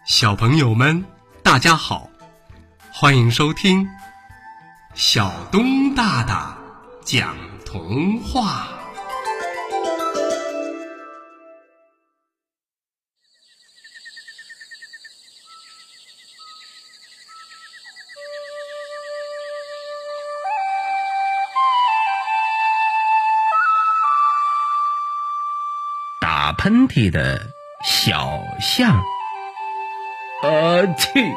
小朋友们，大家好，欢迎收听小东大大讲童话。 打喷嚏的小象。嚏！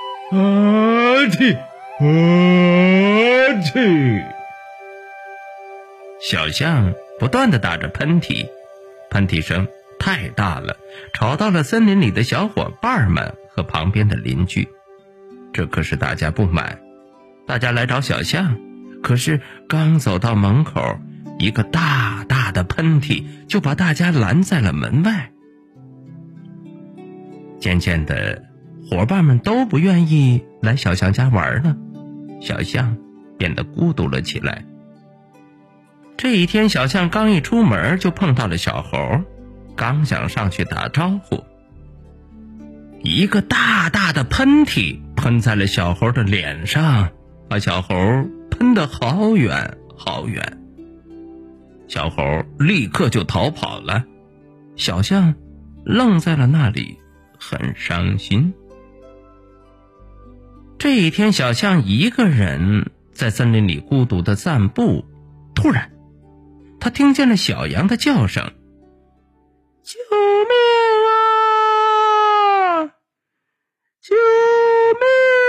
小象不断地打着喷嚏，喷嚏声太大了，吵到了森林里的小伙伴们和旁边的邻居。这可使大家不满，大家来找小象，可是刚走到门口，一个大大的喷嚏就把大家拦在了门外。渐渐的，伙伴们都不愿意来小象家玩了，小象变得孤独了起来。这一天，小象刚一出门就碰到了小猴，刚想上去打招呼，一个大大的喷嚏喷在了小猴的脸上，把小猴喷得好远好远。小猴立刻就逃跑了，小象愣在了那里，很伤心。这一天，小象一个人在森林里孤独地散步，突然他听见了小羊的叫声：救命啊！救命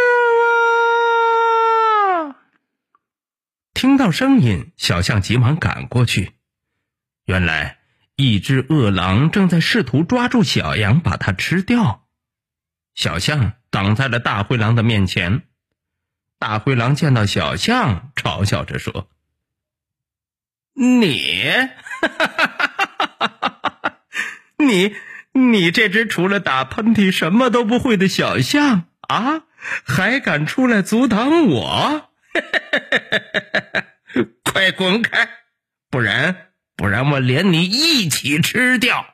啊！听到声音，小象急忙赶过去，原来一只饿狼正在试图抓住小羊，把它吃掉。小象挡在了大灰狼的面前，大灰狼见到小象，嘲笑着说：你这只除了打喷嚏什么都不会的小象啊，还敢出来阻挡我？快滚开，不然我连你一起吃掉。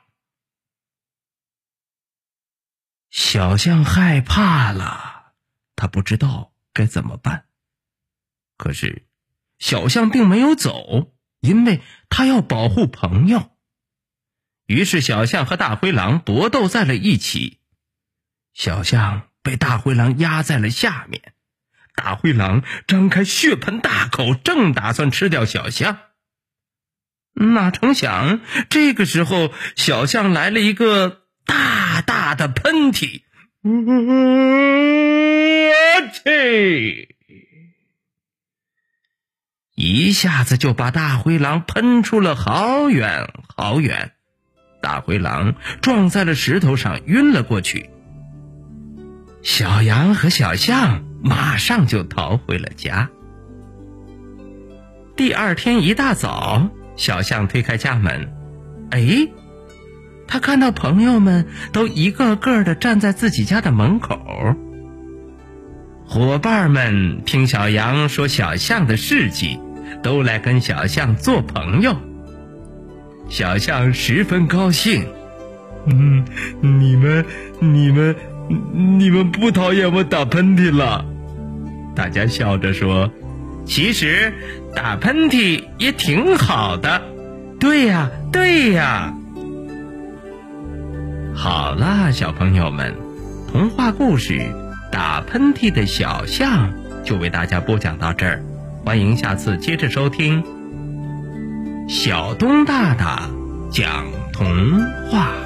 小象害怕了，他不知道该怎么办。可是小象并没有走，因为他要保护朋友。于是小象和大灰狼搏斗在了一起，小象被大灰狼压在了下面，大灰狼张开血盆大口，正打算吃掉小象。哪成想这个时候，小象来了一个大大的喷嚏，一下子就把大灰狼喷出了好远好远，大灰狼撞在了石头上，晕了过去。小羊和小象马上就逃回了家。第二天一大早，小象推开家门，他看到朋友们都一个个地站在自己家的门口。伙伴们听小羊说小象的事迹，都来跟小象做朋友。小象十分高兴，你们不讨厌我打喷嚏了？大家笑着说，其实打喷嚏也挺好的。对呀，对呀。好啦，小朋友们，童话故事《打喷嚏的小象》就为大家播讲到这儿，欢迎下次接着收听小东大大讲童话。